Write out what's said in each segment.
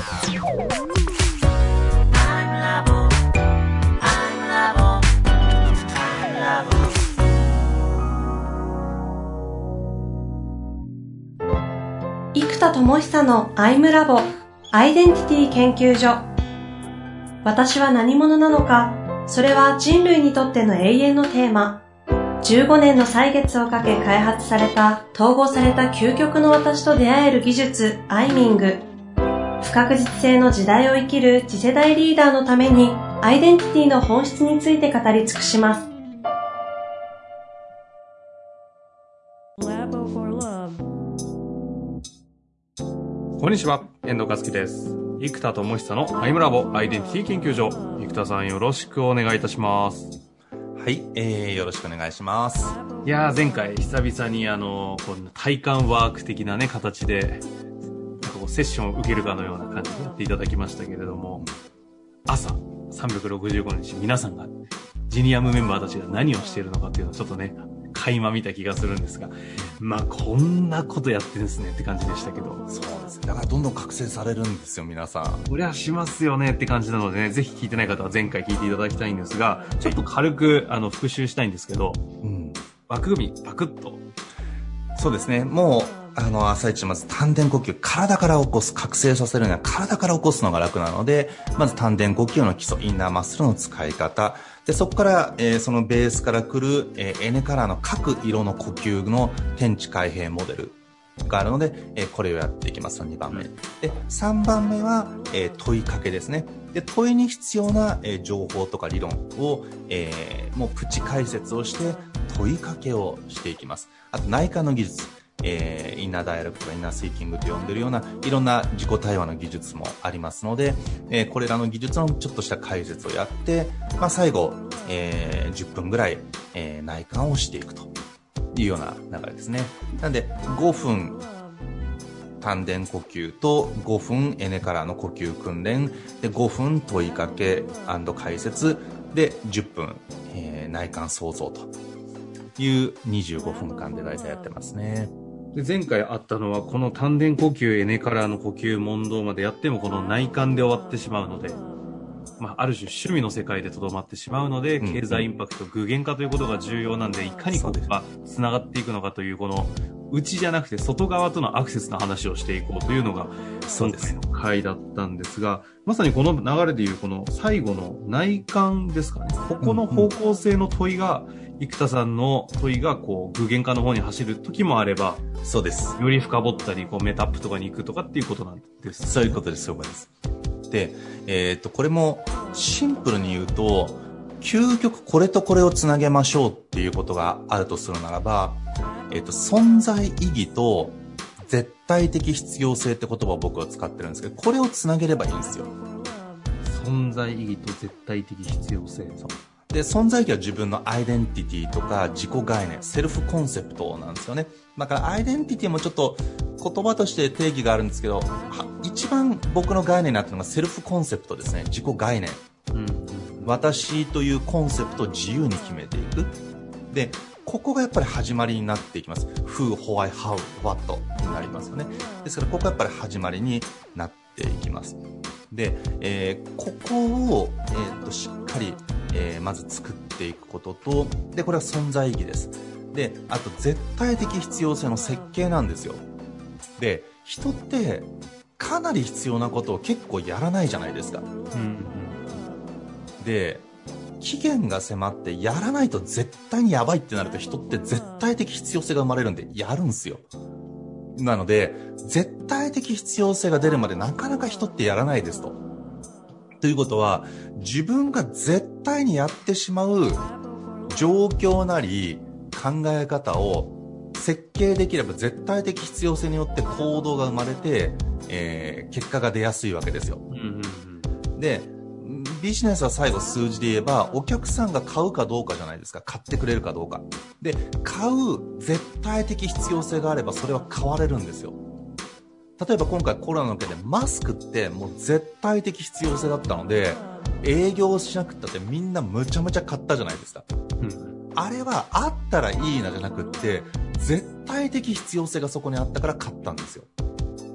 生田智久のアイムラボアイデンティティ研究所。私は何者なのか、それは人類にとっての永遠のテーマ。15年の歳月をかけ開発された統合された究極の私と出会える技術アイミング。不確実性の時代を生きる次世代リーダーのためにアイデンティティの本質について語り尽くします。 こんにちは、遠藤和樹です。生田智久のアイムラボアイデンティティ研究所。生田さんよろしくお願いいたします。 はい、よろしくお願いします。 いやー、前回久々にこんな体感ワーク的なね形でこうセッションを受けるかのような感じでやっていただきましたけれども、朝365日皆さんがジニアムメンバーたちが何をしているのかっていうのをちょっとね垣間見た気がするんですが、まあこんなことやってるんですねって感じでしたけど。 そうですね。だからどんどん覚醒されるんですよ、皆さん。 こりゃしますよねって感じなのでね、ぜひ聞いてない方は前回聞いていただきたいんですが、ちょっと軽く復習したいんですけど、枠組みパクッと。 そうですね。もう朝一まず丹田呼吸、体から起こす、覚醒させるには体から起こすのが楽なので、まず丹田呼吸の基礎、インナーマッスルの使い方で、そこから、そのベースから来る、エネカラーの各色の呼吸の天地開閉モデルがあるので、これをやっていきます。2番目で、3番目は、問いかけですね。で、問いに必要な、情報とか理論を、もうプチ解説をして問いかけをしていきます。あと内観の技術、インナーダイアログとかインナーシーキングと呼んでるようないろんな自己対話の技術もありますので、これらの技術のちょっとした解説をやって、最後、10分ぐらい、内観をしていくというような流れですね。なので5分丹田呼吸と5分エネカラーの呼吸訓練で5分問いかけ&解説で10分、内観創造という25分間で大体やってますね。 で、前回あったのはこの丹田呼吸エネカラーの呼吸問答までやってもこの内観で終わってしまうので、ある種趣味の世界でとどまってしまうので、経済インパクト具現化ということが重要なんで、いかにここが繋がっていくのかというこの内じゃなくて外側とのアクセスの話をしていこうというのが今回の回だったんですが、まさにこの流れでいうこの最後の内観ですかね。ここの方向性の問いが、生田さんの問いがこう具現化の方に走る時もあれば、 そうです。 より深掘ったりこうメタアップとかに行くとかっていうことなんです、ね。 そういうことです。そういうことです。で、これもシンプルに言うと、究極これとこれをつなげましょうっていうことがあるとするならば、存在意義と絶対的必要性って言葉を僕は使ってるんですけど、これをつなげればいいんですよ。 存在意義と絶対的必要性。 で、存在意義は自分のアイデンティティとか自己概念、セルフコンセプトなんですよね。だからアイデンティティもちょっと言葉として定義があるんですけど、一番僕の概念になってるのがセルフコンセプトですね。自己概念。私というコンセプトを自由に決めていく。で、ここがやっぱり始まりになっていきます。Who, Why, How, What になりますよね。ですからここがやっぱり始まりになっていきます。で、ここを、しっかり、まず作っていくことと、で、これは存在意義です。で、あと絶対的必要性の設計なんですよ。で、人ってかなり必要なことを結構やらないじゃないですか。で、期限が迫ってやらないと絶対にやばいってなると、人って絶対的必要性が生まれるんでやるんですよ。なので絶対的必要性が出るまでなかなか人ってやらないですと。ということは、自分が絶対にやってしまう状況なり考え方を設計できれば、絶対的必要性によって行動が生まれて、結果が出やすいわけですよ。で、ビジネスは最後数字で言えば、お客さんが買うかどうかじゃないですか。買ってくれるかどうか。で、買う絶対的必要性があれば、それは買われるんですよ。例えば今回コロナの件でマスクってもう絶対的必要性だったので、営業しなくったってみんなむちゃむちゃ買ったじゃないですか。あれはあったらいいなじゃなくって、絶対的必要性がそこにあったから買ったんですよ。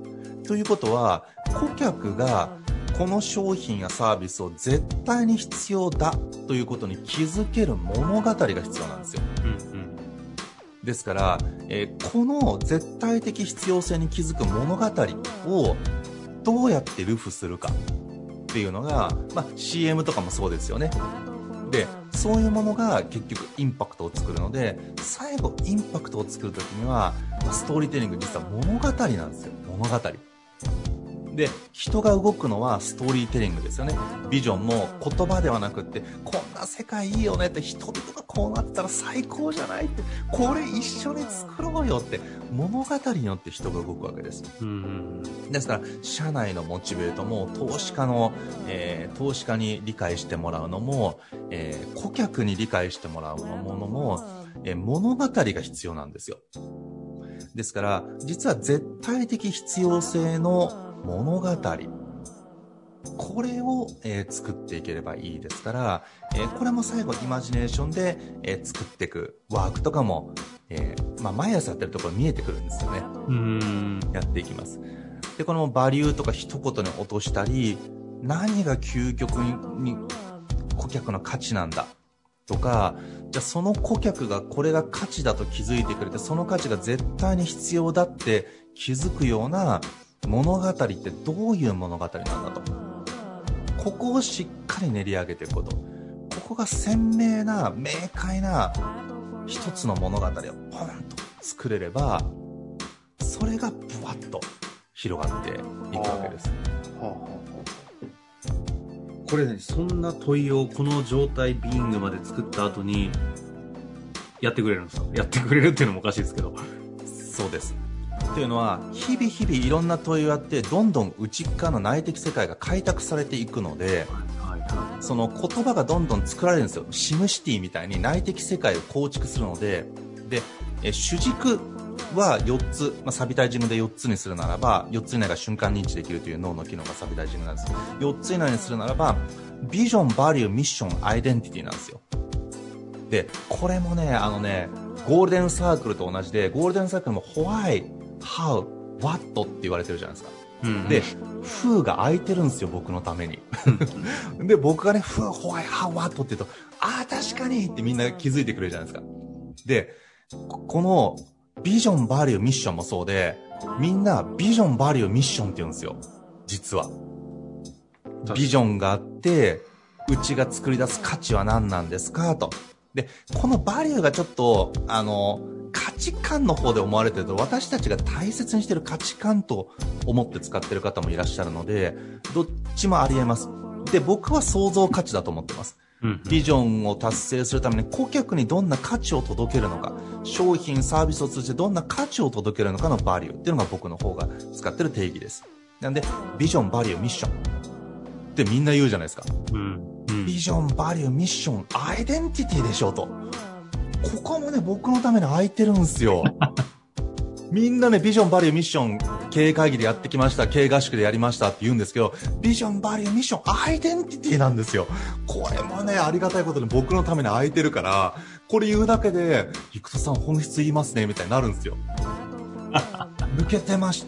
ということは、顧客がこの商品やサービスを絶対に必要だということに気づける物語が必要なんですよ。ですから、この絶対的必要性に気づく物語をどうやってルフするかっていうのが、CM とかもそうですよね。で、そういうものが結局インパクトを作るので、最後インパクトを作るときには、ストーリーテリング実は物語なんですよ。物語。で、人が動くのはストーリーテリングですよね。ビジョンも言葉ではなくって、こんな世界いいよねって、人々がこうなったら最高じゃないって、これ一緒に作ろうよって、物語によって人が動くわけです。ですから、社内のモチベートも、投資家に理解してもらうのも、顧客に理解してもらうものも、物語が必要なんですよ。ですから、実は絶対的必要性の物語、これを、作っていければいいですから、これも最後イマジネーションで、作っていくワークとかも、毎朝やってるところ見えてくるんですよね。やっていきます。で、このバリューとか一言に落としたり、何が究極に顧客の価値なんだとか、じゃあその顧客がこれが価値だと気づいてくれて、その価値が絶対に必要だって気づくような物語ってどういう物語なんだと。ここをしっかり練り上げていくこと。ここが鮮明な、明快な一つの物語をポンと作れれば、それがブワッと広がっていくわけです。 これね、そんな問いをこの状態ビーイングまで作った後にやってくれるんですか？やってくれるっていうのもおかしいですけど。 そうです。というのは、日々いろんな問いをやって、どんどん内側の内的世界が開拓されていくので、その言葉がどんどん作られるんですよ。シムシティみたいに内的世界を構築するので、主軸は4つ、サビタイジングで4つにするならば、4つ以内が瞬間認知できるという脳の機能がサビタイジングなんです。4つ以内にするならば、ビジョン、バリュー、ミッション、アイデンティティなんですよ。で、これもね、ゴールデンサークルと同じで、ゴールデンサークルもWhy、How、What って言われてるじゃないですか。で、Who が空いてるんですよ、僕のために。で、僕がね、Who、Why、How、What って言うと、確かにってみんな気づいてくれるじゃないですか。で、このビジョン、バリュー、ミッションもそうで、みんなビジョン、バリュー、ミッションって言うんですよ。実は。ビジョンがあって、うちが作り出す価値は何なんですかと。で、このバリューがちょっと、価値観の方で思われてると、私たちが大切にしてる価値観と思って使ってる方もいらっしゃるので、どっちもあり得ます。で、僕は創造価値だと思ってます。ビジョンを達成するために顧客にどんな価値を届けるのか、商品サービスを通じてどんな価値を届けるのかのバリューっていうのが僕の方が使ってる定義です。なんでビジョン、バリュー、ミッションってみんな言うじゃないですか。ビジョン、バリュー、ミッション、アイデンティティでしょと。ここもね、僕のために空いてるんですよ。みんなね、ビジョン、バリュー、ミッション、経営会議でやってきました、経営合宿でやりましたって言うんですけど、ビジョン、バリュー、ミッション、アイデンティティなんですよ。これもね、ありがたいことに僕のために空いてるから、これ言うだけで、生田さん本質言いますね、みたいになるんですよ。抜けてました。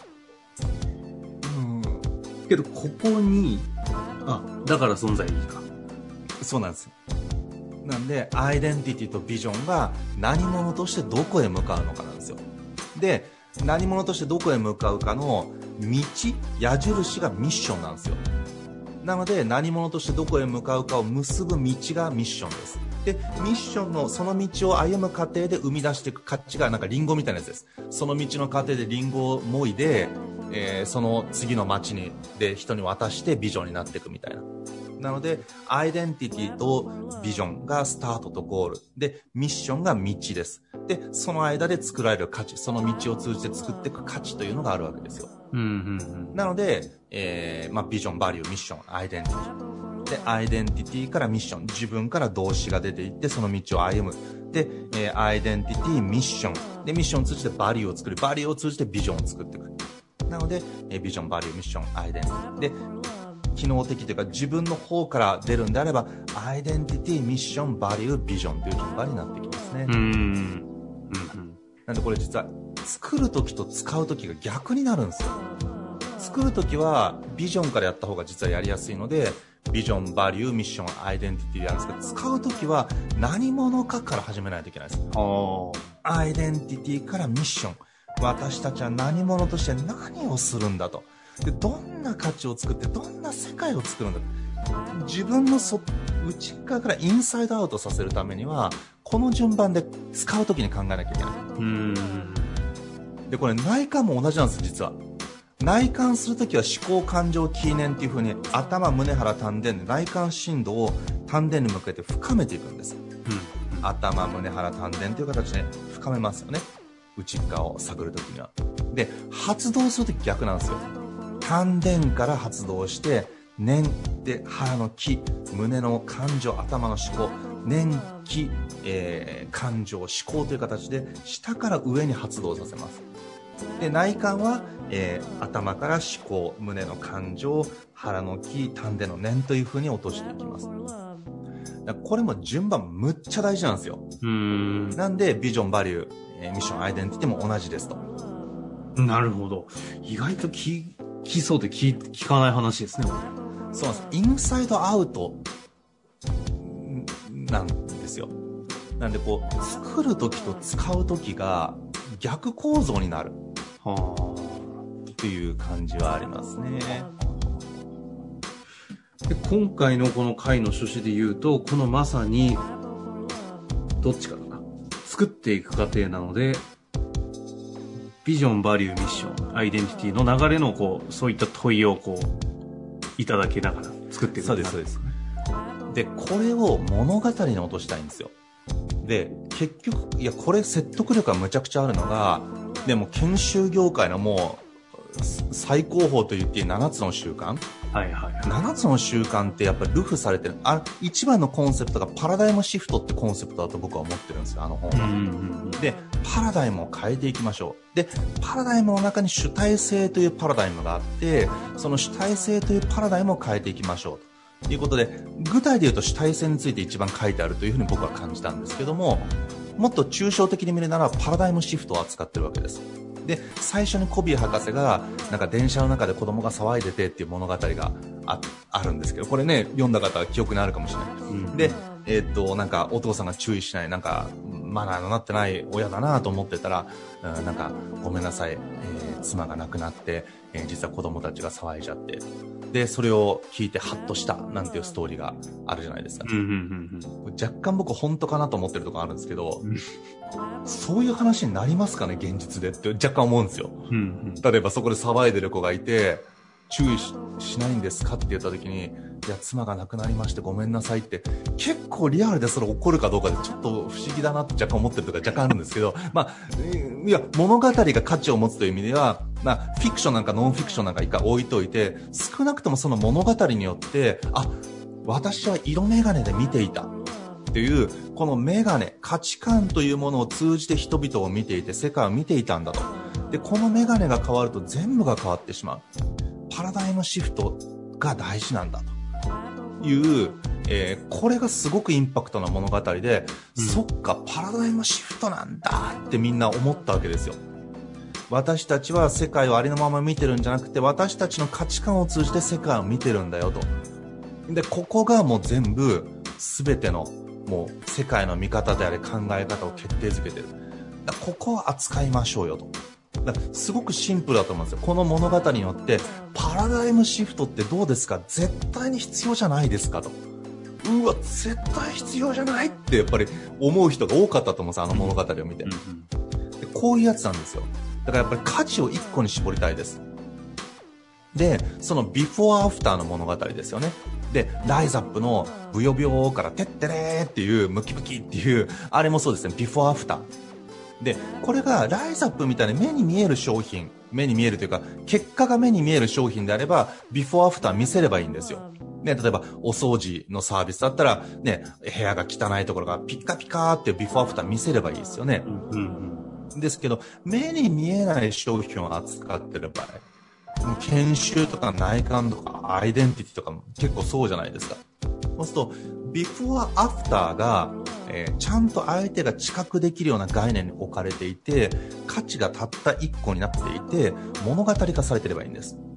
けど、ここに、だから存在意義か。 そうなんです。なんで、アイデンティティとビジョンが何者としてどこへ向かうのかなんですよ。で、何者としてどこへ向かうかの道、矢印がミッションなんですよ。なので、何者としてどこへ向かうかを結ぶ道がミッションです。で、ミッションのその道を歩む過程で生み出していく価値がなんかリンゴみたいなやつです。その道の過程でリンゴをもいで、その次の街で人に渡してビジョンになっていくみたいな。なので、アイデンティティとビジョンがスタートとゴール。で、ミッションが道です。で、その間で作られる価値、その道を通じて作っていく価値というのがあるわけですよ。なので、ビジョン、バリュー、ミッション、アイデンティティ。で、アイデンティティからミッション、自分から動詞が出ていって、その道を歩む。で、アイデンティティ、ミッション。で、ミッションを通じてバリューを作る。バリューを通じてビジョンを作っていく。なので、ビジョン、バリュー、ミッション、アイデンティティ。で、機能的というか自分の方から出るんであれば、アイデンティティ、ミッション、バリュー、ビジョンという順番になってきますね。なんでこれ実は作るときと使うときが逆になるんですよ。 作るときはビジョンからやった方が実はやりやすいので、ビジョン、バリュー、ミッション、アイデンティティでやるんですけど、使うときは何者かから始めないといけないです。アイデンティティからミッション。私たちは何者として何をするんだと。で、どんな価値を作ってどんな世界を作るんだと。自分の内側からインサイドアウトさせるためには、この順番で使うときに考えなきゃいけない。で、これ内観も同じなんです、実は。内観するときは思考、感情、起念っていう風に頭、胸、腹、丹田で内観深度を丹田に向けて深めていくんです。頭、胸、腹、丹田という形で深めますよね。内側を探るときには。で、発動するとき逆なんですよ。丹田から発動して、念で腹の気、胸の感情、頭の思考、念、気、感情、思考という形で下から上に発動させます。で、内観は、頭から思考、胸の感情、腹の気、丹田の念という風に落としていきます。これも順番むっちゃ大事なんですよ。なんでビジョン、バリュー、ミッション、アイデンティティも同じですと。 なるほど。意外と聞きそうで聞かない話ですね。 そうなんです。インサイドアウトなんですよ。なんでこう作るときと使うときが逆構造になるっていう感じはありますね。 で、今回のこの回の趣旨で言うと、このまさにどっちかな、作っていく過程なので、ビジョン、バリュー、ミッション、アイデンティティの流れのこうそういった問いをこういただきながら作っていく。 そうです、そうです。で、これを物語に落としたいんですよ。で、結局、いや、これ説得力がむちゃくちゃあるのが、でも研修業界のもう最高峰と言っていい7つの習慣。 はいはいはい。 7つの習慣ってやっぱりルフされてる。一番のコンセプトがパラダイムシフトってコンセプトだと僕は思ってるんですよ、あの本は。で、パラダイムを変えていきましょう。で、パラダイムの中に主体性というパラダイムがあって、その主体性というパラダイムを変えていきましょうということで、具体で言うと主体性について一番書いてあるというふうに僕は感じたんですけども、もっと抽象的に見るならパラダイムシフトを扱ってるわけです。で、最初にコビー博士がなんか電車の中で子供が騒いでてっていう物語が あるんですけど、これね、読んだ方は記憶にあるかもしれない。で、なんかお父さんが注意しない、なんかマナーのなってない親だなと思ってたら、なんかごめんなさい、妻が亡くなって、実は子供たちが騒いじゃって、でそれを聞いてハッとしたなんていうストーリーがあるじゃないですか。若干僕本当かなと思ってるところあるんですけど、そういう話になりますかね現実でって若干思うんですよ。例えばそこで騒いでる子がいて注意 しないんですかって言った時に、いや妻が亡くなりましてごめんなさいって、結構リアルでそれ起こるかどうかでちょっと不思議だなって若干思ってるとか若干あるんですけど、まあいや物語が価値を持つという意味では、まあフィクションなんかノンフィクションなんか一回置いといて、少なくともその物語によって、あ、私は色眼鏡で見ていたっていうこの眼鏡、価値観というものを通じて人々を見ていて世界を見ていたんだと。でこの眼鏡が変わると全部が変わってしまう。パラダイムシフトが大事なんだという、これがすごくインパクトな物語で、そっかパラダイムシフトなんだってみんな思ったわけですよ。私たちは世界をありのまま見てるんじゃなくて、私たちの価値観を通じて世界を見てるんだよと。でここがもう全部全てのもう世界の見方であり考え方を決定づけてる。だここは扱いましょうよと。すごくシンプルだと思うんですよ。この物語によってパラダイムシフトってどうですか、絶対に必要じゃないですかと。うわ絶対必要じゃないってやっぱり思う人が多かったと思うんです、あの物語を見て。でこういうやつなんですよ。だからやっぱり価値を一個に絞りたいです。でそのビフォーアフターの物語ですよね。でライザップのブヨビヨからテッテレーっていうムキムキっていうあれもそうですね、ビフォーアフターで、これがライザップみたいに目に見える商品、目に見えるというか結果が目に見える商品であればビフォーアフター見せればいいんですよ。ね、例えばお掃除のサービスだったらね、部屋が汚いところがピカピカっていうビフォーアフター見せればいいですよね。ですけど目に見えない商品を扱ってる場合、研修とか内観とかアイデンティティとかも結構そうじゃないですか。そうするとビフォーアフターがちゃんと相手が知覚できるような概念に置かれていて、価値がたった一個になっていて物語化されてればいいんです。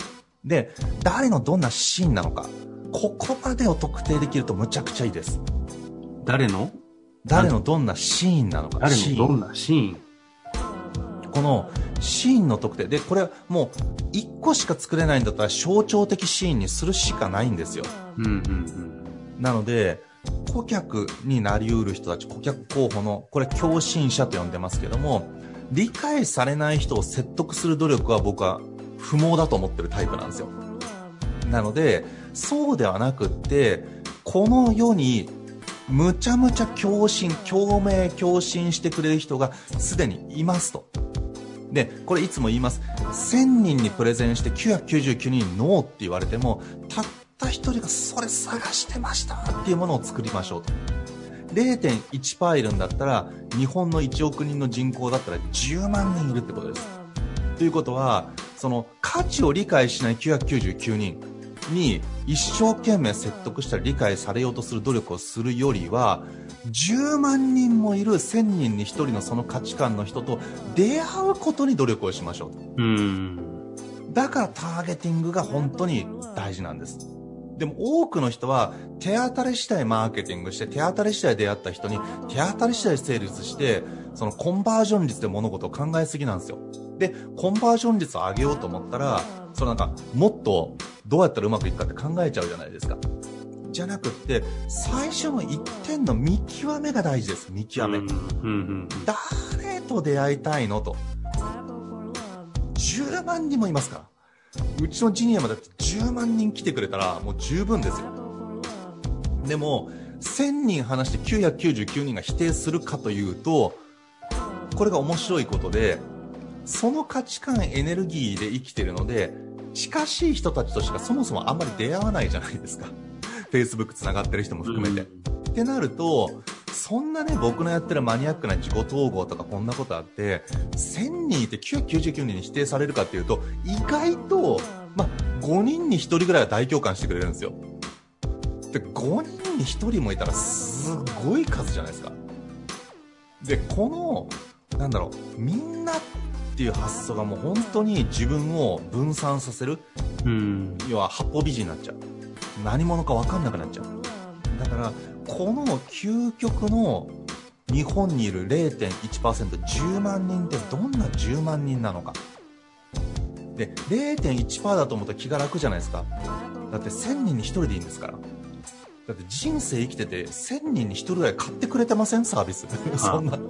で、誰のどんなシーンなのか、ここまでを特定できるとむちゃくちゃいいです。 誰のどんなシーンなのか。 誰のどんなシーン。 このシーンの特定で、これはもう1個しか作れないんだったら象徴的シーンにするしかないんですよ。なので、顧客になり得る人たち、顧客候補の、これ共振者と呼んでますけども、理解されない人を説得する努力は僕は不毛だと思ってるタイプなんですよ。なので、そうではなくって、この世にむちゃむちゃ共振してくれる人がすでにいますと。で、これいつも言います。1000人にプレゼンして999人にノーって言われても、たった一人がそれ探してましたっていうものを作りましょうと。0.1% いるんだったら、日本の1億人の人口だったら10万人いるってことです。ということは、その価値を理解しない999人に一生懸命説得したり理解されようとする努力をするよりは、10万人もいる1000人に1人のその価値観の人と出会うことに努力をしましょうと。だからターゲティングが本当に大事なんです。でも多くの人は手当たり次第マーケティングして、手当たり次第出会った人に手当たり次第セールスして、そのコンバージョン率で物事を考えすぎなんですよ。で、コンバージョン率を上げようと思ったら、そのなんかもっとどうやったらうまくいくかって考えちゃうじゃないですか。じゃなくって、最初の1点の見極めが大事です。見極め。誰と出会いたいのと。10万人もいますから。うちのジニアまで10万人来てくれたらもう十分ですよ。でも、1000人話して999人が否定するかというと、これが面白いことで、その価値観エネルギーで生きてるので、近しい人たちとしかそもそもあんまり出会わないじゃないですか。Facebook つながってる人も含めて。ってなると、そんなね、僕のやってるマニアックな自己統合とかこんなことあって、1000人いて999人に否定されるかっていうと、意外と、5人に1人ぐらいは大共感してくれるんですよ。で、5人に1人もいたらすごい数じゃないですか。で、この、みんなっていう発想がもう本当に自分を分散させる。要は八方美人になっちゃう。何者か分かんなくなっちゃう。だからこの究極の日本にいる 0.1% 10万人ってどんな10万人なのかで、 0.1% だと思ったら気が楽じゃないですか。だって1000人に1人でいいんですから。だって人生生きてて1000人に1人ぐらい買ってくれてません？サービスそんな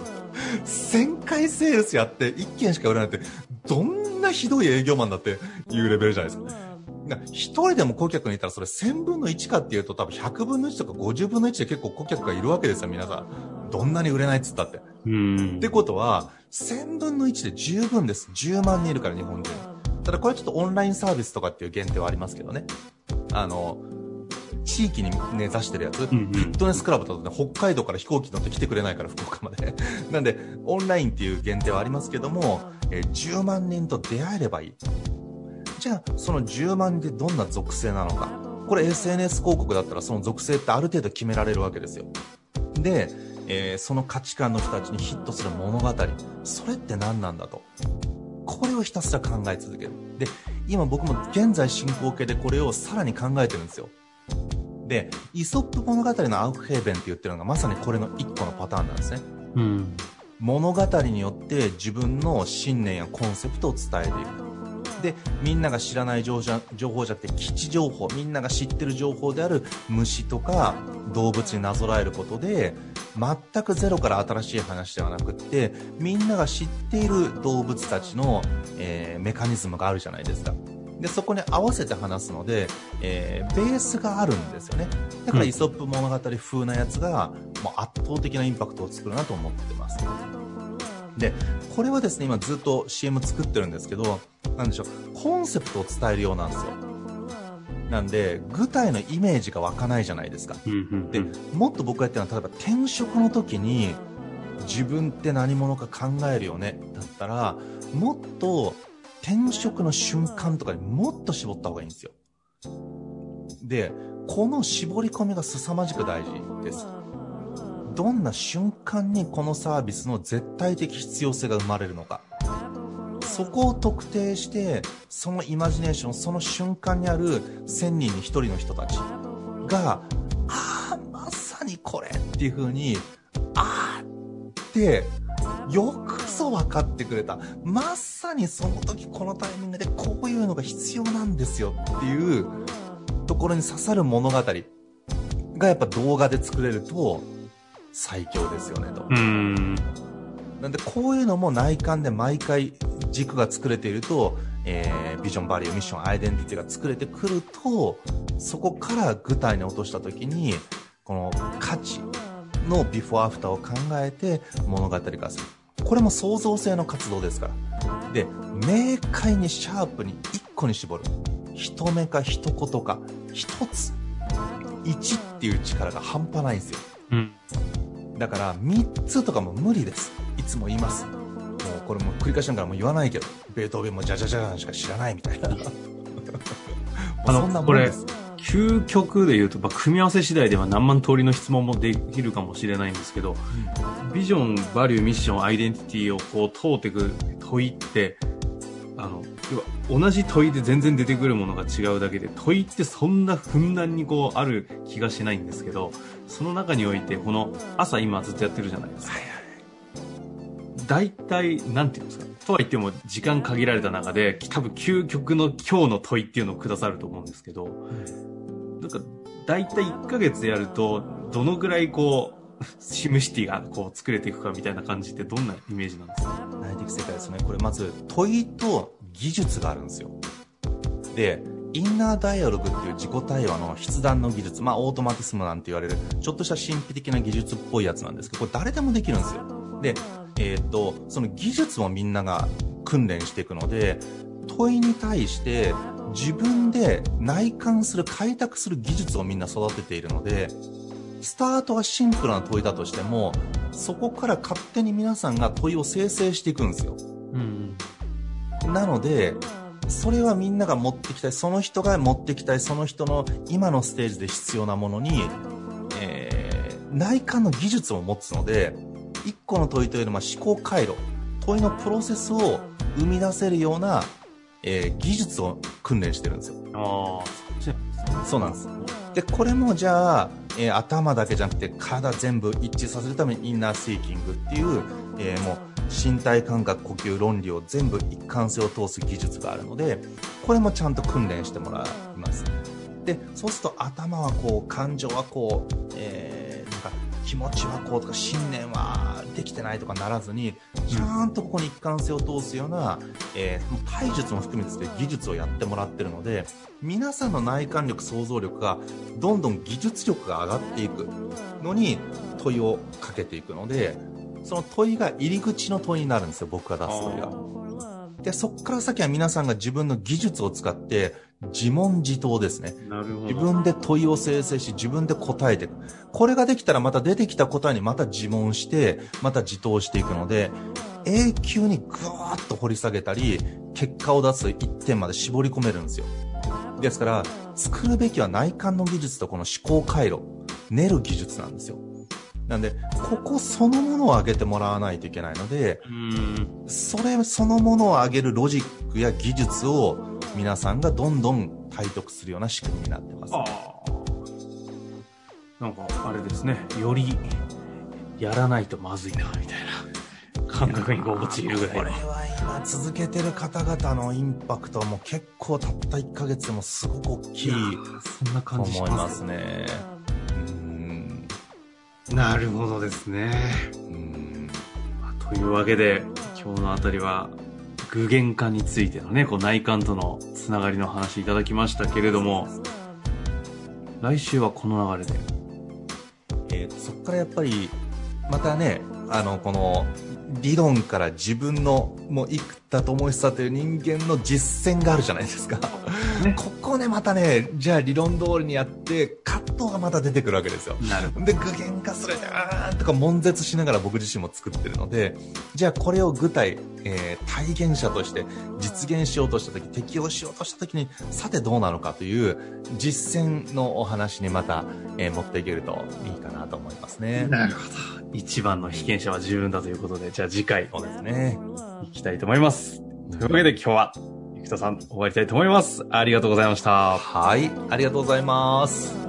1000回セールスやって1件しか売らないってどんなひどい営業マンだっていうレベルじゃないですか。一人でも顧客にいたらそれ1000分の1かっていうと多分100分の1とか50分の1で結構顧客がいるわけですよ。皆さんどんなに売れないっつったってってことは1000分の1で十分です。10万人いるから日本人。ただこれはちょっとオンラインサービスとかっていう限定はありますけどね。地域に根ざしてるやつ、フィットネスクラブだとね、北海道から飛行機乗って来てくれないから福岡までなんでオンラインっていう限定はありますけども、10万人と出会えればいい。じゃあその10万人でどんな属性なのか、これ SNS 広告だったらその属性ってある程度決められるわけですよ。で、その価値観の人たちにヒットする物語、それって何なんだと、これをひたすら考え続ける。で、今僕も現在進行形でこれをさらに考えてるんですよ。で、イソップ物語のアウフヘーベンって言ってるのがまさにこれの一個のパターンなんですね。物語によって自分の信念やコンセプトを伝えていく。で、みんなが知らない情報じゃなくて基地情報、みんなが知ってる情報である虫とか動物になぞらえることで、全くゼロから新しい話ではなくって、みんなが知っている動物たちの、メカニズムがあるじゃないですか。で、そこに合わせて話すので、ベースがあるんですよね。だからイソップ物語風なやつがもう圧倒的なインパクトを作るなと思ってます。で、これはですね、今ずっと CM 作ってるんですけど、なんでしょう、コンセプトを伝えるようなんですよ。なんで、具体のイメージが湧かないじゃないですか。で、もっと僕がやってるのは、例えば転職の時に、自分って何者か考えるよね、だったら、もっと転職の瞬間とかにもっと絞った方がいいんですよ。で、この絞り込みが凄まじく大事です。どんな瞬間にこのサービスの絶対的必要性が生まれるのか、 そこを特定して、そのイマジネーション、その瞬間にある1000人に1人の人たちが、まさにこれっていう風に、ってよくぞ分かってくれた。まさにその時このタイミングでこういうのが必要なんですよっていうところに刺さる物語がやっぱ動画で作れると最強ですよねと。なんでこういうのも内観で毎回軸が作れていると、ビジョン、バリュー、ミッション、アイデンティティが作れてくると、そこから具体に落とした時にこの価値のビフォーアフターを考えて物語化する。これも創造性の活動ですから。で、明快にシャープに一個に絞る。一目か一言か一つ。1っていう力が半端ないんですよ。だから3つとかも無理です。いつも言います。もうこれも繰り返しながらも言わないけど、ベートーベンもジャジャジャンしか知らないみたいな。そんなもんです。 究極で言うと、組み合わせ次第では何万通りの質問もできるかもしれないんですけど、ビジョン、バリュー、ミッション、アイデンティティをこう通っていく問いって、同じ問いで全然出てくるものが違うだけで、問いってそんなふんだんにこうある気がしないんですけど、その中においてこの朝今ずっとやってるじゃないですか。大体なんていうんですか、とは言っても時間限られた中で多分究極の今日の問いっていうのをくださると思うんですけど、なんか大体1ヶ月やるとどのぐらいこうシムシティがこう作れていくかみたいな感じってどんなイメージなんですか？ 内的世界ですね。これまず問いと技術があるんですよ。で、インナーダイアログっていう自己対話の筆談の技術、オートマティスムなんて言われるちょっとした神秘的な技術っぽいやつなんですけど、これ誰でもできるんですよ。で、その技術もみんなが訓練していくので、問いに対して自分で内観する、開拓する技術をみんな育てているので、スタートはシンプルな問いだとしても、そこから勝手に皆さんが問いを生成していくんですよ。なので、それはみんなが持ってきたい、その人が持ってきたい、その人の今のステージで必要なものに、内観の技術を持つので、一個の問いというのは思考回路、問いのプロセスを生み出せるような、技術を訓練してるんですよ。そうなんです。で、これもじゃあ、頭だけじゃなくて体全部一致させるためにインナーシーキングっていう、もう身体感覚、呼吸、論理を全部一貫性を通す技術があるので、これもちゃんと訓練してもらいます。で、そうすると頭はこう、感情はこう、なんか気持ちはこうとか信念はできてないとかならずに、ちゃんとここに一貫性を通すような、体術も含めて技術をやってもらってるので、皆さんの内観力、想像力がどんどん技術力が上がっていくのに問いをかけていくので、その問いが入り口の問いになるんですよ、僕が出す問いが。で、そっから先は皆さんが自分の技術を使って自問自答ですね。 なるほど。 自分で問いを生成し、自分で答えていく。これができたらまた出てきた答えにまた自問して、また自答していくので、永久にぐわーっと掘り下げたり、結果を出す一点まで絞り込めるんですよ。ですから、作るべきは内観の技術とこの思考回路、練る技術なんですよ。なんで、ここそのものを上げてもらわないといけないので、それそのものを上げるロジックや技術を皆さんがどんどん体得するような仕組みになってます。 なんかあれですね、よりやらないとまずいなみたいな感覚にこう陥るぐらいの。 これは今続けてる方々のインパクトはもう結構たった1ヶ月でもすごく大きいそんな感じしと思いまますすね。 なるほどですね。というわけで今日のあたりは具現化についてのね、こう内観とのつながりの話いただきましたけれども、来週はこの流れで、 そこからやっぱりまたね、この理論から自分のもう生田智久という人間の実践があるじゃないですか、ね、ここねまたね、じゃあ理論通りにやって葛藤がまた出てくるわけですよ。 なるほど。 で具現化するとか悶絶しながら僕自身も作ってるので、じゃあこれを具体、体現者として実現しようとした時、適用しようとした時にさてどうなのかという実践のお話にまた、持っていけるといいかなと思いますね。 なるほど。一番の被験者は自分だということで、じゃあ次回そうですね、 いきたいと思います。 というわけで今日は生田さん終わりたいと思います。ありがとうございました。 はい、ありがとうございます。